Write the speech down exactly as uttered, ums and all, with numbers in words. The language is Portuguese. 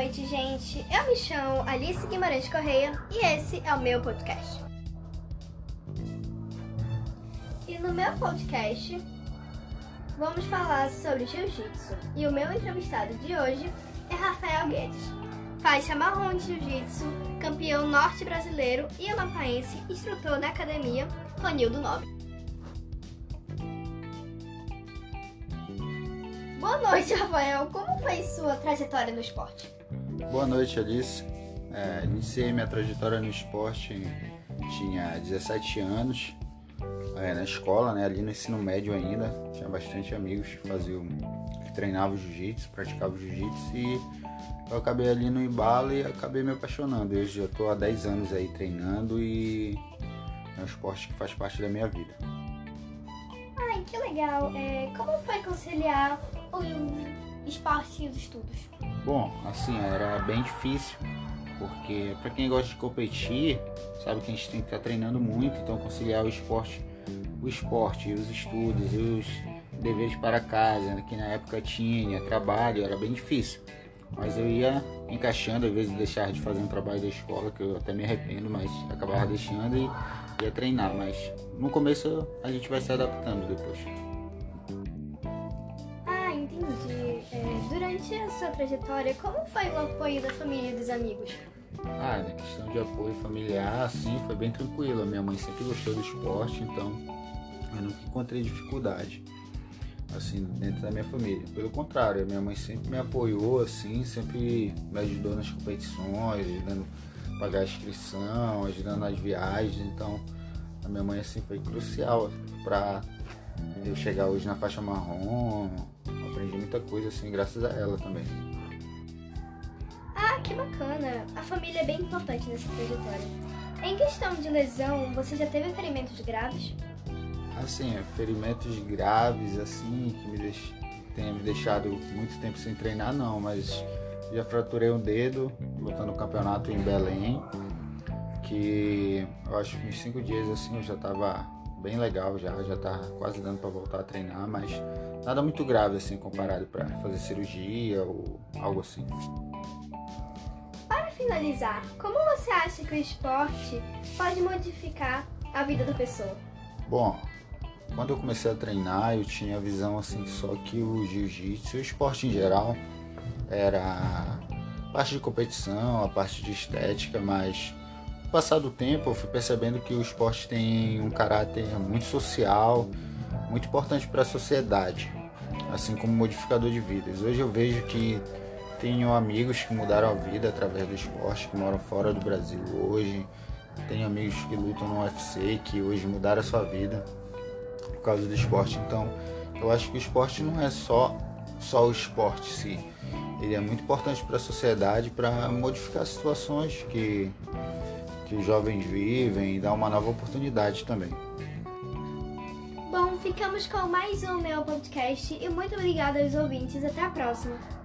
noite, gente. Eu me chamo Alice Guimarães Correia e esse é o meu podcast. E no meu podcast vamos falar sobre jiu-jitsu. E o meu entrevistado de hoje é Rafael Guedes, faixa marrom de jiu-jitsu, campeão norte brasileiro e amapaense, instrutor da academia Ronildo Nobre. Boa noite, Rafael. Como foi sua trajetória no esporte? Boa noite, Alice. É, iniciei minha trajetória no esporte, tinha dezessete anos, é, na escola, né, ali no ensino médio ainda. Tinha bastante amigos que faziam, que treinavam jiu-jitsu, praticavam jiu-jitsu, e eu acabei ali no embalo e acabei me apaixonando. Eu já estou há dez anos aí treinando e é um esporte que faz parte da minha vida. Ai, que legal. É, como foi conciliar o esporte e os estudos? Bom, assim, era bem difícil, porque para quem gosta de competir, sabe que a gente tem que estar treinando muito, então conciliar o esporte, o esporte e os estudos e os deveres para casa, né, que na época tinha trabalho, era bem difícil. Mas eu ia encaixando, às vezes deixar de fazer um trabalho da escola, que eu até me arrependo, mas acabava deixando e ia treinar. Mas no começo a gente vai se adaptando depois. Ah, entendi. É, durante a sua trajetória, como foi o apoio da família e dos amigos? Ah, na questão de apoio familiar, assim, foi bem tranquilo. A minha mãe sempre gostou do esporte, então eu nunca encontrei dificuldade, assim, dentro da minha família. Pelo contrário, a minha mãe sempre me apoiou, assim, sempre me ajudou nas competições, ajudando a pagar a inscrição, ajudando nas viagens. Então, a minha mãe, assim, foi crucial para eu chegar hoje na faixa marrom. Aprendi muita coisa, assim, graças a ela também. Ah, que bacana. A família é bem importante nessa trajetória. Em questão de lesão, você já teve ferimentos graves? Assim, ferimentos graves, assim, que me deix... tenha me deixado muito tempo sem treinar, não, mas já fraturei um dedo lutando no campeonato em Belém, que eu acho que uns cinco dias, assim, eu já tava bem legal, já, já tava quase dando para voltar a treinar, mas nada muito grave, assim, comparado para fazer cirurgia ou algo assim. Para finalizar, como você acha que o esporte pode modificar a vida da pessoa? Bom, quando eu comecei a treinar, eu tinha a visão assim, só que o jiu-jitsu, o esporte em geral, era a parte de competição, a parte de estética, mas no passar do tempo eu fui percebendo que o esporte tem um caráter muito social, muito importante para a sociedade, assim como modificador de vidas. Hoje eu vejo que tenho amigos que mudaram a vida através do esporte, que moram fora do Brasil hoje, tenho amigos que lutam no U F C, que hoje mudaram a sua vida por causa do esporte. Então, eu acho que o esporte não é só, só o esporte em si. Ele é muito importante para a sociedade, para modificar situações que, que os jovens vivem e dar uma nova oportunidade também. Bom, ficamos com mais um meu podcast e muito obrigada aos ouvintes. Até a próxima.